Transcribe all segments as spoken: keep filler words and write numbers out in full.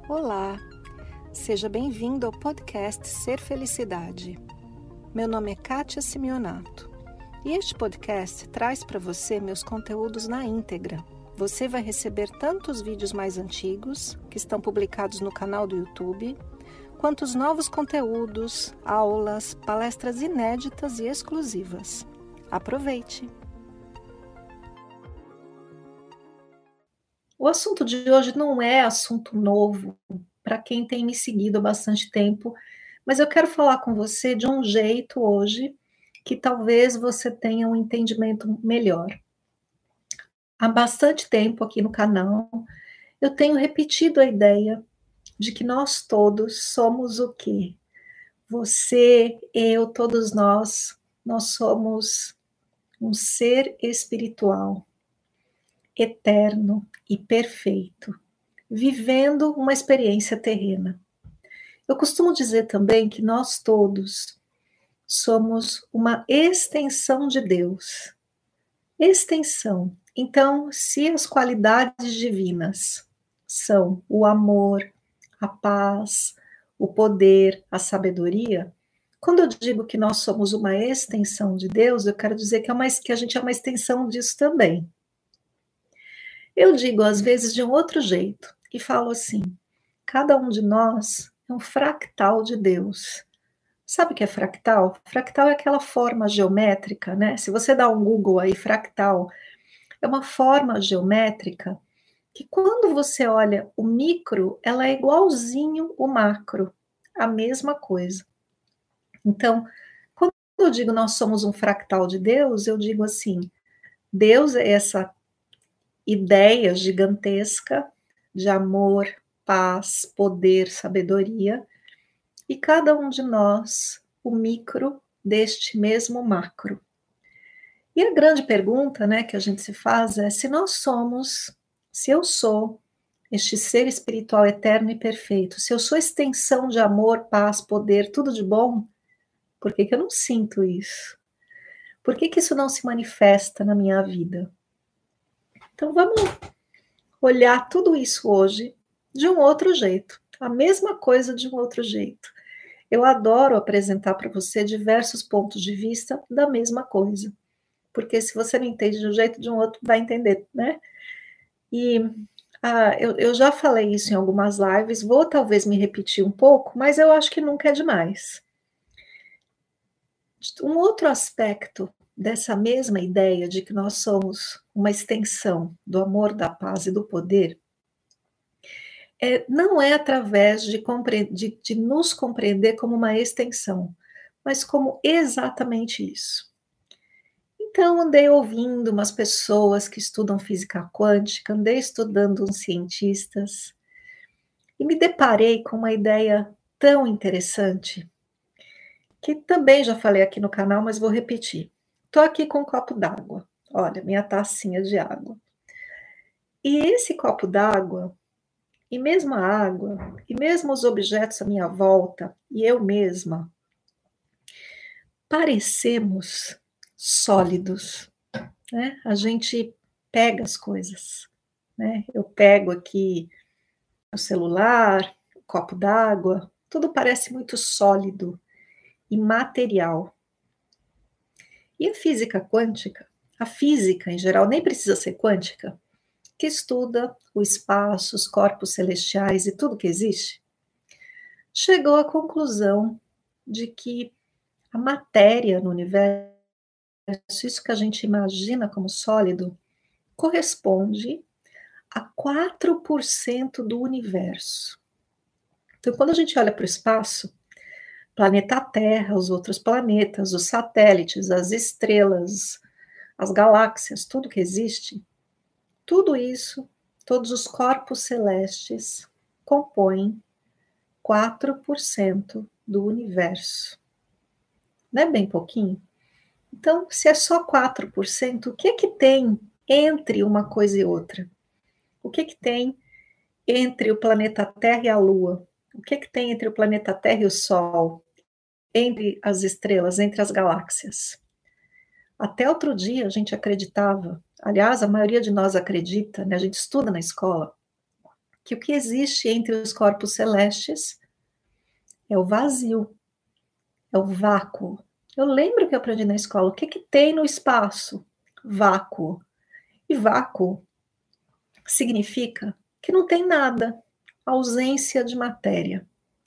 Olá, seja bem-vindo ao podcast Ser Felicidade. Meu nome é Kátia Simeonato e este podcast traz para você meus conteúdos na íntegra. Você vai receber tanto os vídeos mais antigos, que estão publicados no canal do YouTube, quanto os novos conteúdos, aulas, palestras inéditas e exclusivas. Aproveite! O assunto de hoje não é assunto novo para quem tem me seguido há bastante tempo, mas eu quero falar com você de um jeito hoje que talvez você tenha um entendimento melhor. Há bastante tempo aqui no canal, eu tenho repetido a ideia de que nós todos somos o quê? Você, eu, todos nós, nós somos um ser espiritual, eterno e perfeito, vivendo uma experiência terrena. Eu costumo dizer também que nós todos somos uma extensão de Deus. Extensão. Então, se as qualidades divinas são o amor, a paz, o poder, a sabedoria, quando eu digo que nós somos uma extensão de Deus, eu quero dizer que, é uma, que a gente é uma extensão disso também. Eu digo, às vezes, de um outro jeito, e falo assim, cada um de nós é um fractal de Deus. Sabe o que é fractal? Fractal é aquela forma geométrica, né? Se você dá um Google aí, fractal, é uma forma geométrica que quando você olha o micro, ela é igualzinho o macro, a mesma coisa. Então, quando eu digo nós somos um fractal de Deus, eu digo assim, Deus é essa ideia gigantesca de amor, paz, poder, sabedoria, e cada um de nós, o micro deste mesmo macro. E a grande pergunta, né, que a gente se faz é se nós somos, se eu sou este ser espiritual eterno e perfeito, se eu sou extensão de amor, paz, poder, tudo de bom, por que que eu não sinto isso? Por que que isso não se manifesta na minha vida? Então vamos olhar tudo isso hoje de um outro jeito, a mesma coisa de um outro jeito. Eu adoro apresentar para você diversos pontos de vista da mesma coisa, porque se você não entende de um jeito, de um outro vai entender, né? E ah, eu, eu já falei isso em algumas lives, vou talvez me repetir um pouco, mas eu acho que nunca é demais. Um outro aspecto dessa mesma ideia de que nós somos uma extensão do amor, da paz e do poder, é, não é através de, de, de nos compreender como uma extensão, mas como exatamente isso. Então, andei ouvindo umas pessoas que estudam física quântica, andei estudando uns cientistas, e me deparei com uma ideia tão interessante, que também já falei aqui no canal, mas vou repetir. Estou aqui com um copo d'água, olha, minha tacinha de água. E esse copo d'água, e mesmo a água, e mesmo os objetos à minha volta, e eu mesma, parecemos sólidos, né? A gente pega as coisas, né? Eu pego aqui o celular, o copo d'água, tudo parece muito sólido e material. E a física quântica, a física em geral, nem precisa ser quântica, que estuda o espaço, os corpos celestiais e tudo que existe, chegou à conclusão de que a matéria no universo, isso que a gente imagina como sólido, corresponde a quatro por cento do universo. Então, quando a gente olha para o espaço, planeta Terra, os outros planetas, os satélites, as estrelas, as galáxias, tudo que existe, tudo isso, todos os corpos celestes compõem quatro por cento do universo. Não é bem pouquinho? Então, se é só quatro por cento, o que é que tem entre uma coisa e outra? O que é que tem entre o planeta Terra e a Lua? O que é que tem entre o planeta Terra e o Sol? Entre as estrelas, entre as galáxias? Até outro dia a gente acreditava, aliás, a maioria de nós acredita, né, a gente estuda na escola, que o que existe entre os corpos celestes é o vazio, é o vácuo. Eu lembro que eu aprendi na escola, o que, que tem no espaço? Vácuo. E vácuo significa que não tem nada, ausência de matéria.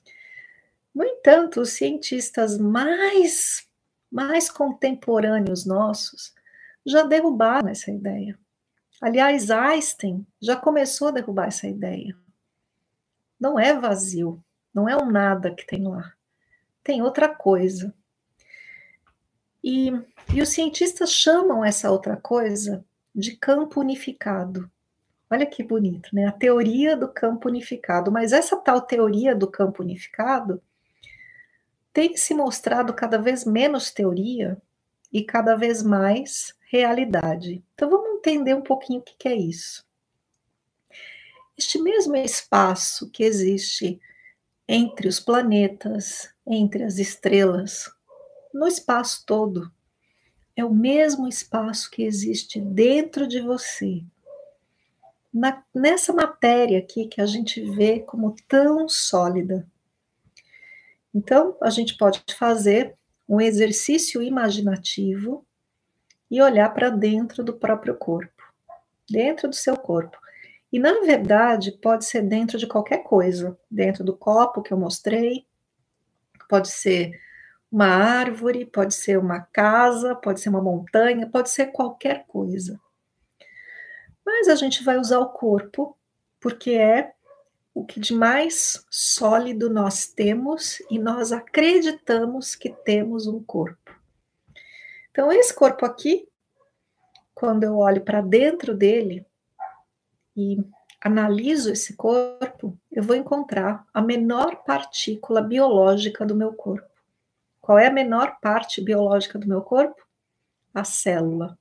No entanto, os cientistas mais, mais contemporâneos nossos já derrubaram essa ideia. Aliás, Einstein já começou a derrubar essa ideia. Não é vazio, não é um nada que tem lá. Tem outra coisa. E, e os cientistas chamam essa outra coisa de campo unificado. Olha que bonito, né? A teoria do campo unificado. Mas essa tal teoria do campo unificado tem se mostrado cada vez menos teoria e cada vez mais realidade. Então vamos entender um pouquinho o que, que é isso. Este mesmo espaço que existe entre os planetas, entre as estrelas, no espaço todo, é o mesmo espaço que existe dentro de você. Na, nessa matéria aqui que a gente vê como tão sólida. Então, a gente pode fazer um exercício imaginativo e olhar para dentro do próprio corpo, dentro do seu corpo. E, na verdade, pode ser dentro de qualquer coisa, dentro do copo que eu mostrei, pode ser uma árvore, pode ser uma casa, pode ser uma montanha, pode ser qualquer coisa. Mas a gente vai usar o corpo, porque é o que de mais sólido nós temos e nós acreditamos que temos um corpo. Então, esse corpo aqui, quando eu olho para dentro dele e analiso esse corpo, eu vou encontrar a menor partícula biológica do meu corpo. Qual é a menor parte biológica do meu corpo? A célula.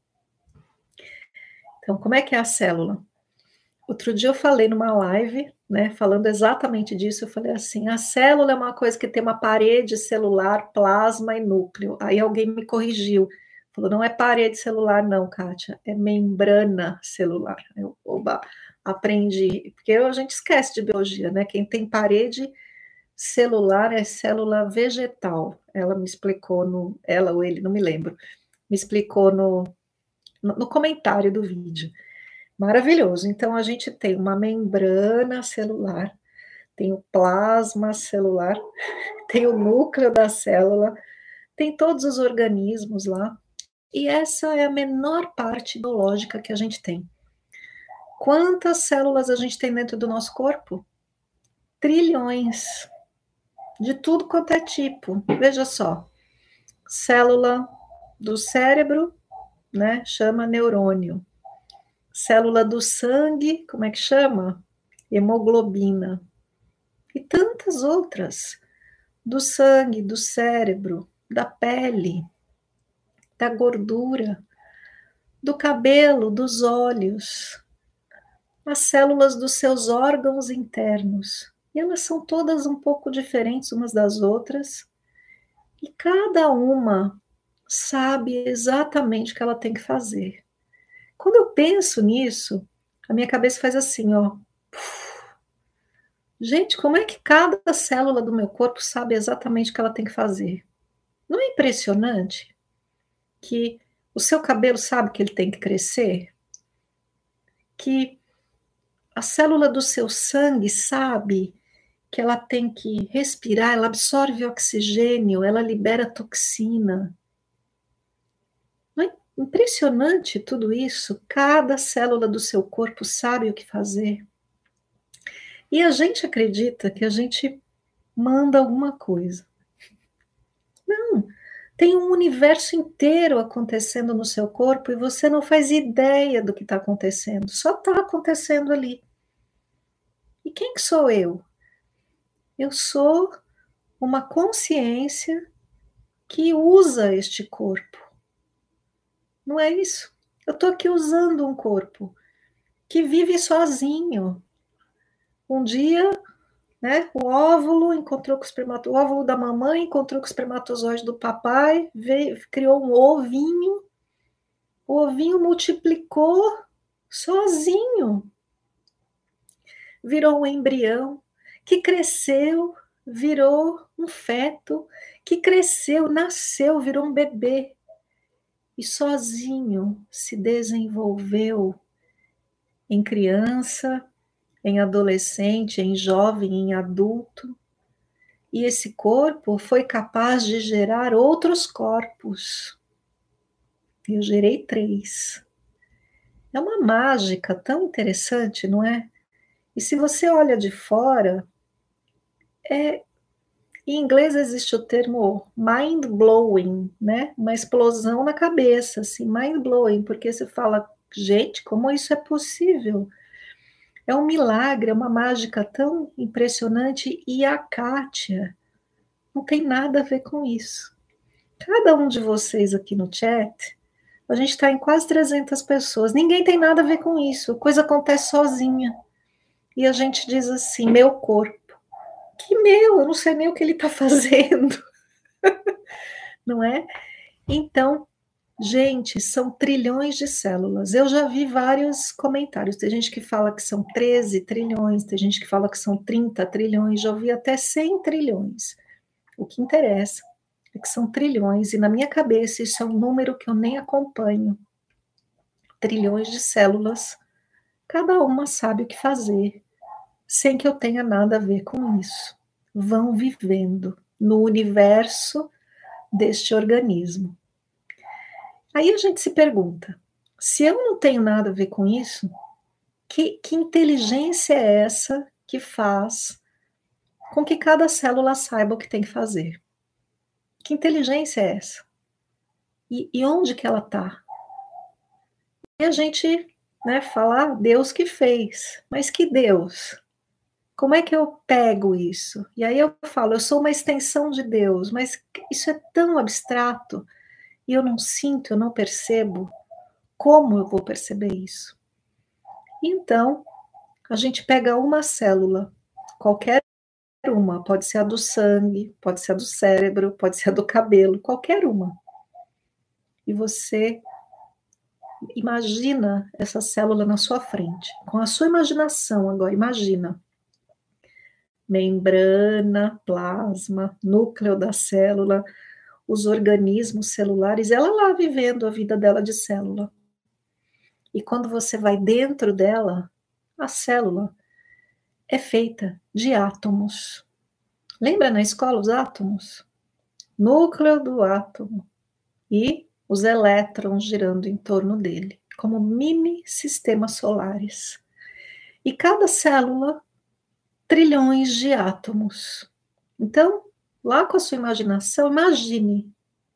Então, como é que é a célula? Outro dia eu falei numa live, né, falando exatamente disso, eu falei assim, a célula é uma coisa que tem uma parede celular, plasma e núcleo. Aí alguém me corrigiu, falou, não é parede celular não, Kátia, é membrana celular. Eu, oba, aprendi, porque a gente esquece de biologia, né, quem tem parede celular é célula vegetal. Ela me explicou, no, ela ou ele, não me lembro, me explicou no, no, no comentário do vídeo. Maravilhoso. Então, a gente tem uma membrana celular, tem o plasma celular, tem o núcleo da célula, tem todos os organismos lá, e essa é a menor parte biológica que a gente tem. Quantas células a gente tem dentro do nosso corpo? Trilhões. De tudo quanto é tipo. Veja só. Célula do cérebro, né, chama neurônio. Célula do sangue, como é que chama? Hemoglobina. E tantas outras. Do sangue, do cérebro, da pele, da gordura, do cabelo, dos olhos, as células dos seus órgãos internos. E elas são todas um pouco diferentes umas das outras. E cada uma sabe exatamente o que ela tem que fazer. Quando eu penso nisso, a minha cabeça faz assim, ó. Gente, como é que cada célula do meu corpo sabe exatamente o que ela tem que fazer? Não é impressionante que o seu cabelo sabe que ele tem que crescer? Que a célula do seu sangue sabe que ela tem que respirar, ela absorve oxigênio, ela libera toxina. Não é impressionante tudo isso? Cada célula do seu corpo sabe o que fazer. E a gente acredita que a gente manda alguma coisa. Não, tem um universo inteiro acontecendo no seu corpo e você não faz ideia do que está acontecendo, só está acontecendo ali. E quem que sou eu? Eu sou uma consciência que usa este corpo. Não é isso? Eu estou aqui usando um corpo que vive sozinho. Um dia, né, o óvulo encontrou com o espermatozoide, o óvulo da mamãe encontrou com o espermatozoide do papai, veio, criou um ovinho, o ovinho multiplicou sozinho. virou um embrião, que cresceu, virou um feto, que cresceu, nasceu, virou um bebê e sozinho se desenvolveu em criança, em adolescente, em jovem, em adulto. E esse corpo foi capaz de gerar outros corpos. Eu gerei três. É uma mágica tão interessante, não é? E se você olha de fora, é, em inglês existe o termo mind blowing, né? Uma explosão na cabeça, assim, mind blowing, porque você fala, gente, como isso é possível? É um milagre, é uma mágica tão impressionante. E a Kátia não tem nada a ver com isso. Cada um de vocês aqui no chat, a gente está em quase trezentas pessoas, ninguém tem nada a ver com isso, a coisa acontece sozinha. E a gente diz assim, meu corpo. Que meu, eu não sei nem o que ele está fazendo. Não é? Então, gente, são trilhões de células. Eu já vi vários comentários. Tem gente que fala que são treze trilhões, tem gente que fala que são trinta trilhões, já ouvi até cem trilhões. O que interessa é que são trilhões, e na minha cabeça isso é um número que eu nem acompanho. Trilhões de células, cada uma sabe o que fazer, sem que eu tenha nada a ver com isso. Vão vivendo no universo deste organismo. Aí a gente se pergunta, se eu não tenho nada a ver com isso, que, que inteligência é essa que faz com que cada célula saiba o que tem que fazer? Que inteligência é essa? E, e onde que ela está? E a gente, né, fala, ah, Deus que fez. Mas que Deus? Como é que eu pego isso? E aí eu falo, eu sou uma extensão de Deus, mas isso é tão abstrato e eu não sinto, eu não percebo. Como eu vou perceber isso? Então, a gente pega uma célula, qualquer uma, pode ser a do sangue, pode ser a do cérebro, pode ser a do cabelo, qualquer uma. E você imagina essa célula na sua frente, com a sua imaginação agora, imagina. Membrana, plasma, núcleo da célula, os organismos celulares, ela lá vivendo a vida dela de célula. E quando você vai dentro dela, a célula é feita de átomos. Lembra na escola os átomos? Núcleo do átomo e os elétrons girando em torno dele, como mini sistemas solares. E cada célula, trilhões de átomos. Então, lá com a sua imaginação, imagine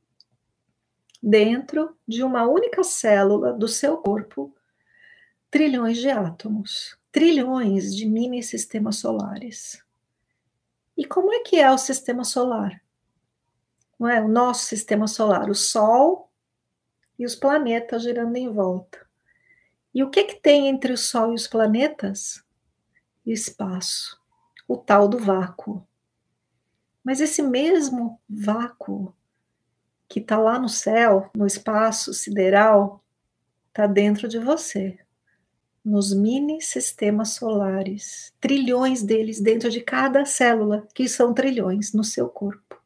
dentro de uma única célula do seu corpo, trilhões de átomos, trilhões de mini sistemas solares. E como é que é o sistema solar? Não é o nosso sistema solar, o Sol e os planetas girando em volta. E o que que tem entre o Sol e os planetas? Espaço, o tal do vácuo. Mas esse mesmo vácuo que está lá no céu, no espaço sideral, está dentro de você, nos mini sistemas solares, trilhões deles dentro de cada célula, que são trilhões no seu corpo.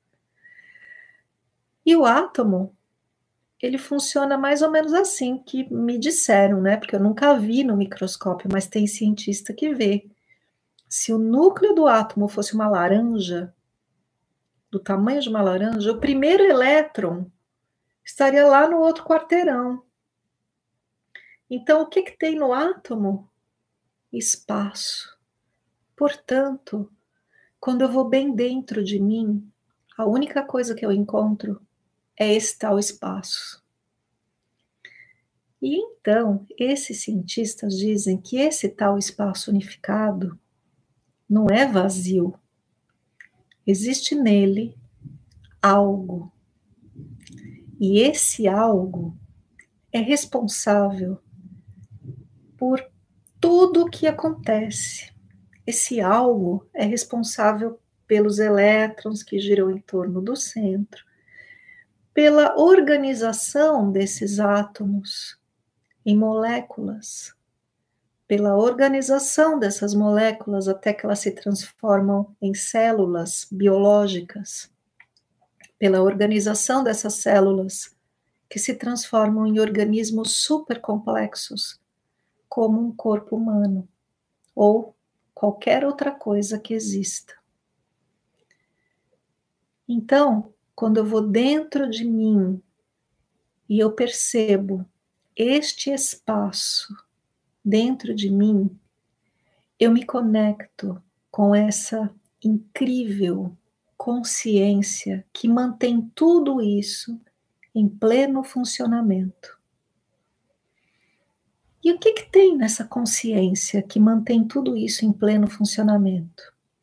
E o átomo, ele funciona mais ou menos assim, que me disseram, né? Porque eu nunca vi no microscópio, mas tem cientista que vê. Se o núcleo do átomo fosse uma laranja, do tamanho de uma laranja, o primeiro elétron estaria lá no outro quarteirão. Então, o que, que tem no átomo? Espaço. Portanto, quando eu vou bem dentro de mim, a única coisa que eu encontro é esse tal espaço. E então, esses cientistas dizem que esse tal espaço unificado não é vazio. Existe nele algo. E esse algo é responsável por tudo o que acontece. Esse algo é responsável pelos elétrons que giram em torno do centro, pela organização desses átomos em moléculas, pela organização dessas moléculas até que elas se transformam em células biológicas, pela organização dessas células que se transformam em organismos supercomplexos, como um corpo humano ou qualquer outra coisa que exista. Então, quando eu vou dentro de mim e eu percebo este espaço dentro de mim, eu me conecto com essa incrível consciência que mantém tudo isso em pleno funcionamento. E o que que tem nessa consciência que mantém tudo isso em pleno funcionamento?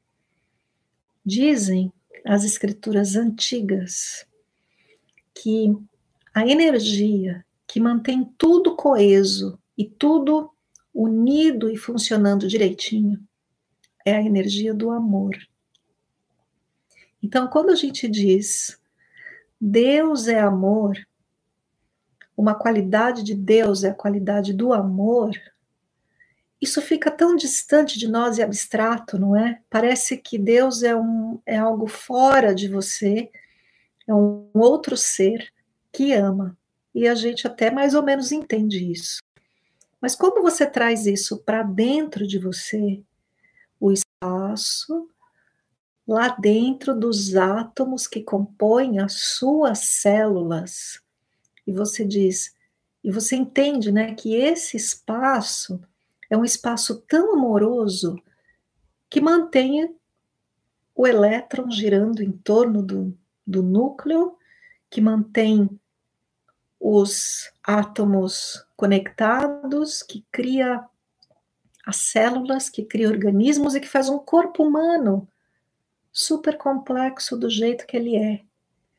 Dizem as escrituras antigas que a energia que mantém tudo coeso e tudo unido e funcionando direitinho é a energia do amor. Então, quando a gente diz Deus é amor, uma qualidade de Deus é a qualidade do amor, isso fica tão distante de nós e abstrato, não é? Parece que Deus é, um, é algo fora de você, é um outro ser que ama. E a gente até mais ou menos entende isso. Mas quando você traz isso para dentro de você, o espaço, lá dentro dos átomos que compõem as suas células, e você diz, e você entende, né, que esse espaço é um espaço tão amoroso que mantém o elétron girando em torno do, do núcleo, que mantém os átomos conectados, que cria as células, que cria organismos e que faz um corpo humano super complexo do jeito que ele é.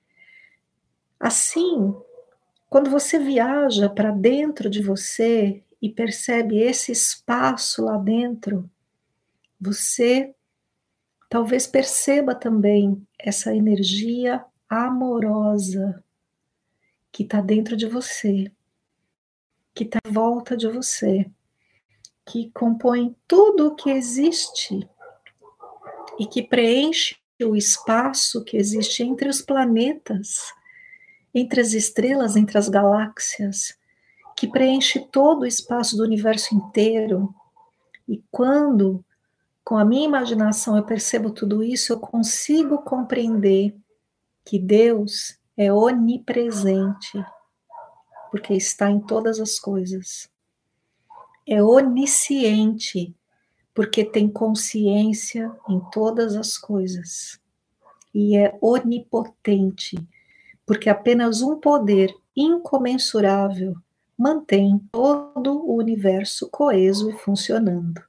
Assim, quando você viaja para dentro de você e percebe esse espaço lá dentro, você talvez perceba também essa energia amorosa que está dentro de você, que está em volta de você, que compõe tudo o que existe e que preenche o espaço que existe entre os planetas, entre as estrelas, entre as galáxias, que preenche todo o espaço do universo inteiro. E quando, com a minha imaginação, eu percebo tudo isso, eu consigo compreender que Deus é onipresente, porque está em todas as coisas. É onisciente, porque tem consciência em todas as coisas. E é onipotente, porque apenas um poder incomensurável mantém todo o universo coeso e funcionando.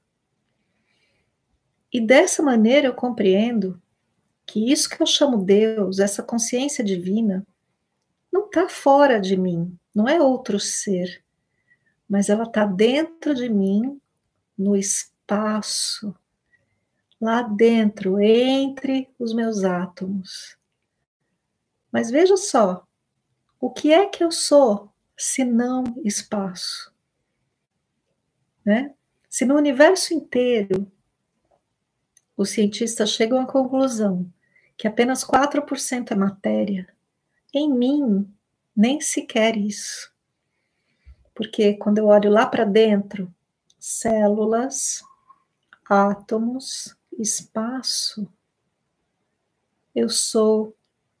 E dessa maneira eu compreendo que isso que eu chamo Deus, essa consciência divina, não está fora de mim, não é outro ser, mas ela está dentro de mim, no espaço, lá dentro, entre os meus átomos. Mas veja só, o que é que eu sou se não espaço? Né? Se no universo inteiro os cientistas chegam à conclusão que apenas quatro por cento é matéria, em mim nem sequer isso. Porque quando eu olho lá para dentro, células, átomos, espaço, eu sou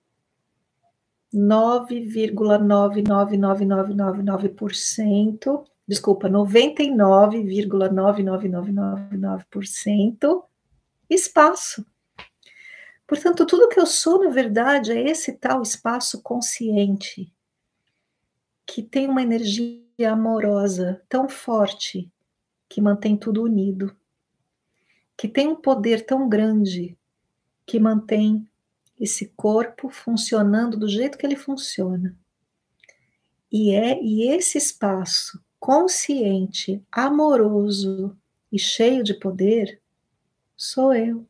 nove vírgula nove nove nove nove nove nove por cento, desculpa, noventa e nove vírgula nove nove nove nove nove por cento espaço. Portanto, tudo que eu sou, na verdade, é esse tal espaço consciente, que tem uma energia amorosa tão forte, que mantém tudo unido, que tem um poder tão grande, que mantém esse corpo funcionando do jeito que ele funciona. E é e esse espaço consciente, amoroso e cheio de poder sou eu.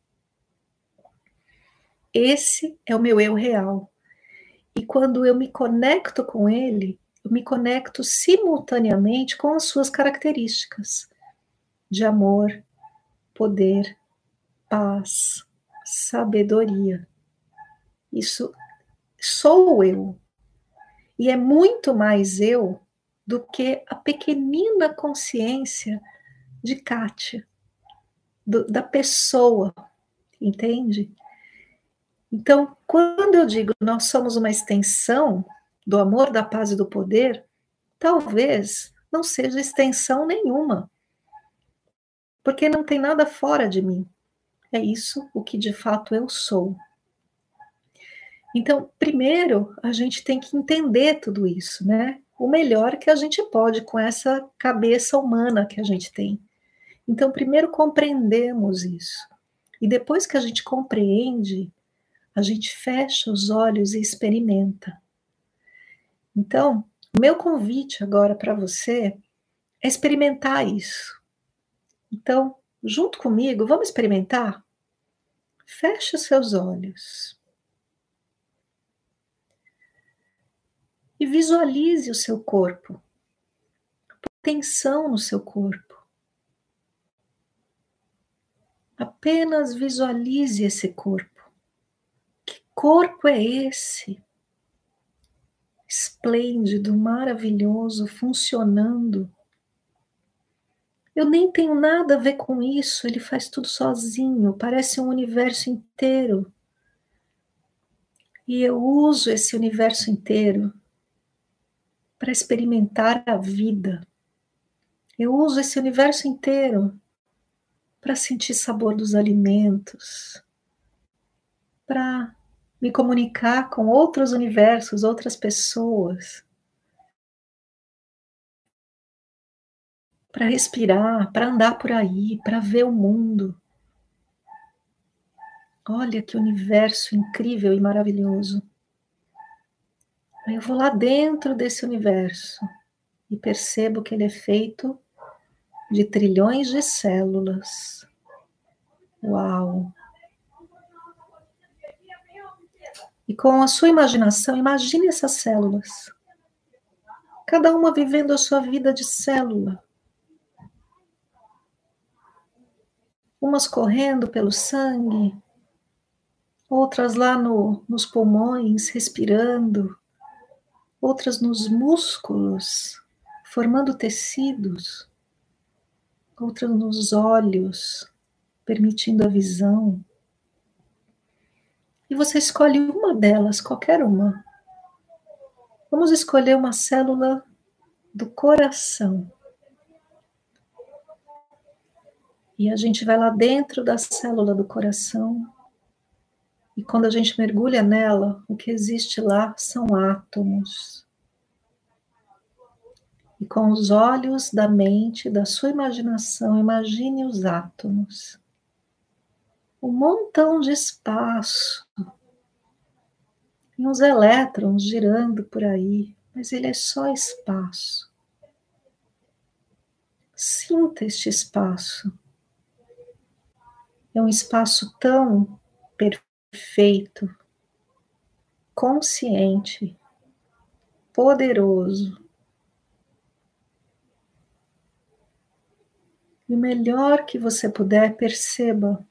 Esse é o meu eu real. E quando eu me conecto com ele, eu me conecto simultaneamente com as suas características. de amor, poder, paz, sabedoria. Isso sou eu. E é muito mais eu do que a pequenina consciência de Kátia, do, da pessoa, entende? Então, quando eu digo nós somos uma extensão do amor, da paz e do poder, talvez não seja extensão nenhuma, porque não tem nada fora de mim. É isso o que de fato eu sou. Então, primeiro, a gente tem que entender tudo isso, né? O melhor que a gente pode com essa cabeça humana que a gente tem. Então, primeiro compreendemos isso. E depois que a gente compreende, a gente fecha os olhos e experimenta. Então, o meu convite agora para você é experimentar isso. Então, junto comigo, vamos experimentar? Feche os seus olhos. E visualize o seu corpo. Põe atenção no seu corpo. Apenas visualize esse corpo. Que corpo é esse? Esplêndido, maravilhoso, funcionando. Eu nem tenho nada a ver com isso, ele faz tudo sozinho, parece um universo inteiro. E eu uso esse universo inteiro para experimentar a vida. Eu uso esse universo inteiro para sentir sabor dos alimentos, para me comunicar com outros universos, outras pessoas, para respirar, para andar por aí, para ver o mundo. Olha que universo incrível e maravilhoso. Aí eu vou lá dentro desse universo e percebo que ele é feito de trilhões de células. Uau! E com a sua imaginação, imagine essas células. Cada uma vivendo a sua vida de célula. Umas correndo pelo sangue, outras lá no, nos pulmões, respirando, outras nos músculos, formando tecidos, outras nos olhos, permitindo a visão. E você escolhe uma delas, qualquer uma. Vamos escolher uma célula do coração. E a gente vai lá dentro da célula do coração. E quando a gente mergulha nela, o que existe lá são átomos. E com os olhos da mente, da sua imaginação, imagine os átomos. Um montão de espaço. E uns elétrons girando por aí, mas ele é só espaço. Sinta este espaço. É um espaço tão perfeito, consciente, poderoso. E o melhor que você puder, perceba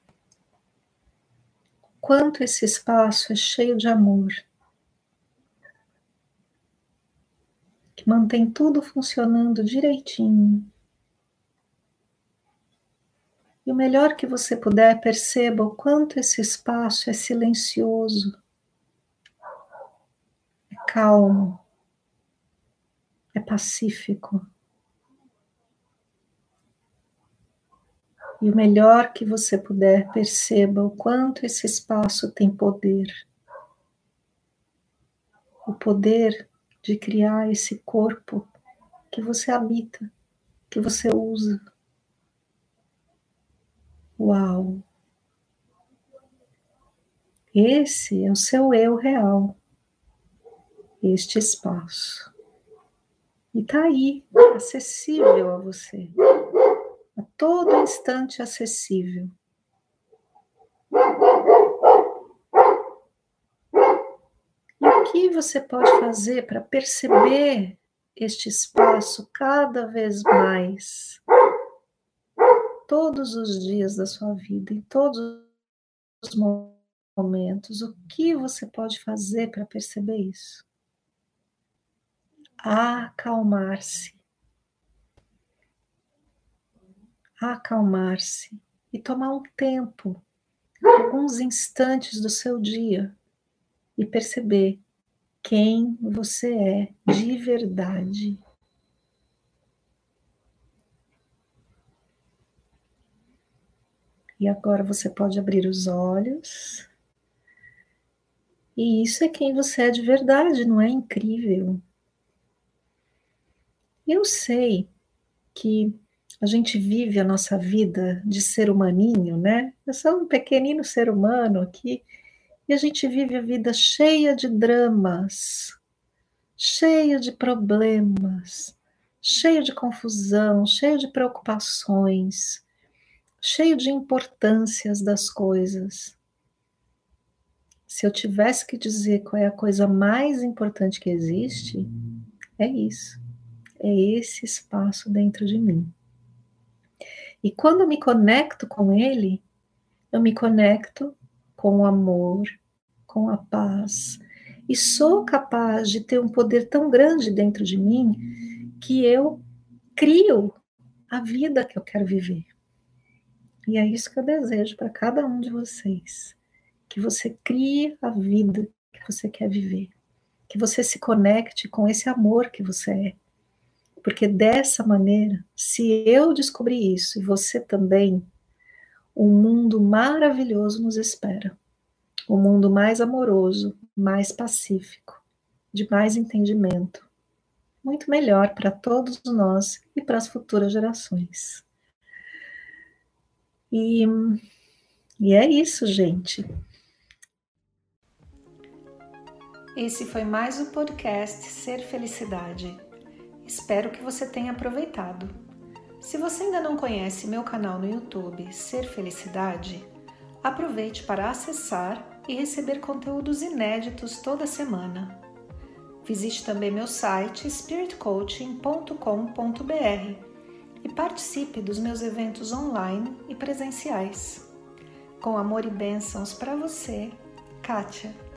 quanto esse espaço é cheio de amor, que mantém tudo funcionando direitinho. E o melhor que você puder, perceba o quanto esse espaço é silencioso, é calmo, é pacífico. E o melhor que você puder, perceba o quanto esse espaço tem poder. O poder de criar esse corpo que você habita, que você usa. Uau! Esse é o seu eu real, este espaço. E está aí, acessível a você. A todo instante acessível. E o que você pode fazer para perceber este espaço cada vez mais? todos os dias da sua vida, em todos os momentos, o que você pode fazer para perceber isso? Acalmar-se. Acalmar-se e tomar um tempo, alguns instantes do seu dia e perceber quem você é de verdade. E agora você pode abrir os olhos. E isso é quem você é de verdade, não é incrível? Eu sei que a gente vive a nossa vida de ser humaninho, né? Eu sou um pequenino ser humano aqui e a gente vive a vida cheia de dramas, cheia de problemas, cheio de confusão, cheio de preocupações, cheio de importâncias das coisas. Se eu tivesse que dizer qual é a coisa mais importante que existe, é isso. É esse espaço dentro de mim. E quando eu me conecto com ele, eu me conecto com o amor, com a paz, e sou capaz de ter um poder tão grande dentro de mim que eu crio a vida que eu quero viver. E é isso que eu desejo para cada um de vocês, que você crie a vida que você quer viver, que você se conecte com esse amor que você é. Porque dessa maneira, se eu descobrir isso e você também, um mundo maravilhoso nos espera. Um mundo mais amoroso, mais pacífico, de mais entendimento. Muito melhor para todos nós e para as futuras gerações. E, e é isso, gente. Esse foi mais o podcast Ser Felicidade. Espero que você tenha aproveitado. Se você ainda não conhece meu canal no YouTube Ser Felicidade, aproveite para acessar e receber conteúdos inéditos toda semana. Visite também meu site spirit coaching ponto com ponto b r e participe dos meus eventos online e presenciais. Com amor e bênçãos para você, Kátia.